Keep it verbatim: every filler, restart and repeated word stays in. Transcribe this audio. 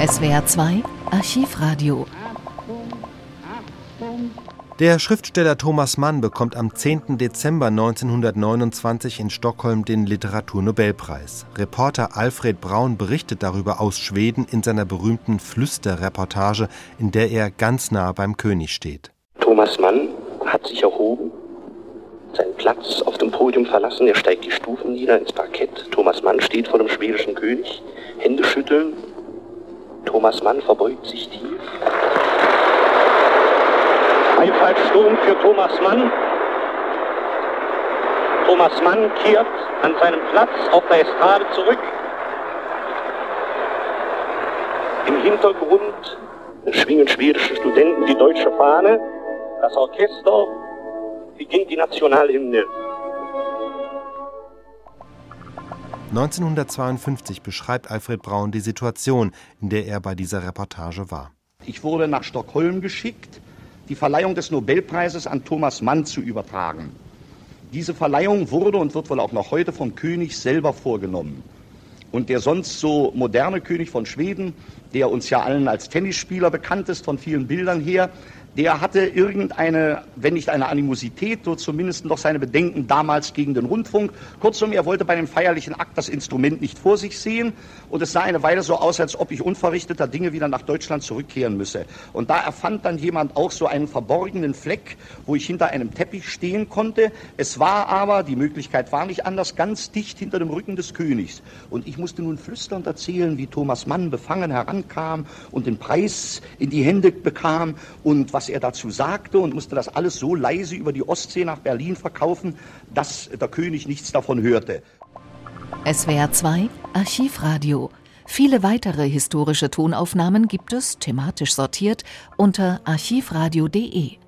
S W R zwei Archivradio. Der Schriftsteller Thomas Mann bekommt am zehnten Dezember neunzehnhundertneunundzwanzig in Stockholm den Literaturnobelpreis. Reporter Alfred Braun berichtet darüber aus Schweden in seiner berühmten Flüsterreportage, in der er ganz nah beim König steht. Thomas Mann hat sich erhoben, seinen Platz auf dem Podium verlassen, er steigt die Stufen nieder ins Parkett. Thomas Mann steht vor dem schwedischen König, Hände schütteln. Thomas Mann verbeugt sich tief. Beifallssturm für Thomas Mann. Thomas Mann kehrt an seinem Platz auf der Estrade zurück. Im Hintergrund schwingen schwedische Studenten die deutsche Fahne. Das Orchester beginnt die Nationalhymne. neunzehnhundertzweiundfünfzig beschreibt Alfred Braun die Situation, in der er bei dieser Reportage war. Ich wurde nach Stockholm geschickt, die Verleihung des Nobelpreises an Thomas Mann zu übertragen. Diese Verleihung wurde und wird wohl auch noch heute vom König selber vorgenommen. Und der sonst so moderne König von Schweden, der uns ja allen als Tennisspieler bekannt ist, von vielen Bildern her, der hatte irgendeine, wenn nicht eine Animosität, so zumindest noch seine Bedenken damals gegen den Rundfunk. Kurzum, er wollte bei dem feierlichen Akt das Instrument nicht vor sich sehen und es sah eine Weile so aus, als ob ich unverrichteter Dinge wieder nach Deutschland zurückkehren müsse. Und da erfand dann jemand auch so einen verborgenen Fleck, wo ich hinter einem Teppich stehen konnte. Es war aber, die Möglichkeit war nicht anders, ganz dicht hinter dem Rücken des Königs. Und ich musste nun flüsternd erzählen, wie Thomas Mann befangen herankam und den Preis in die Hände bekam und was er dazu sagte und musste das alles so leise über die Ostsee nach Berlin verkaufen, dass der König nichts davon hörte. S W R zwei Archivradio. Viele weitere historische Tonaufnahmen gibt es, thematisch sortiert, unter archivradio punkt de.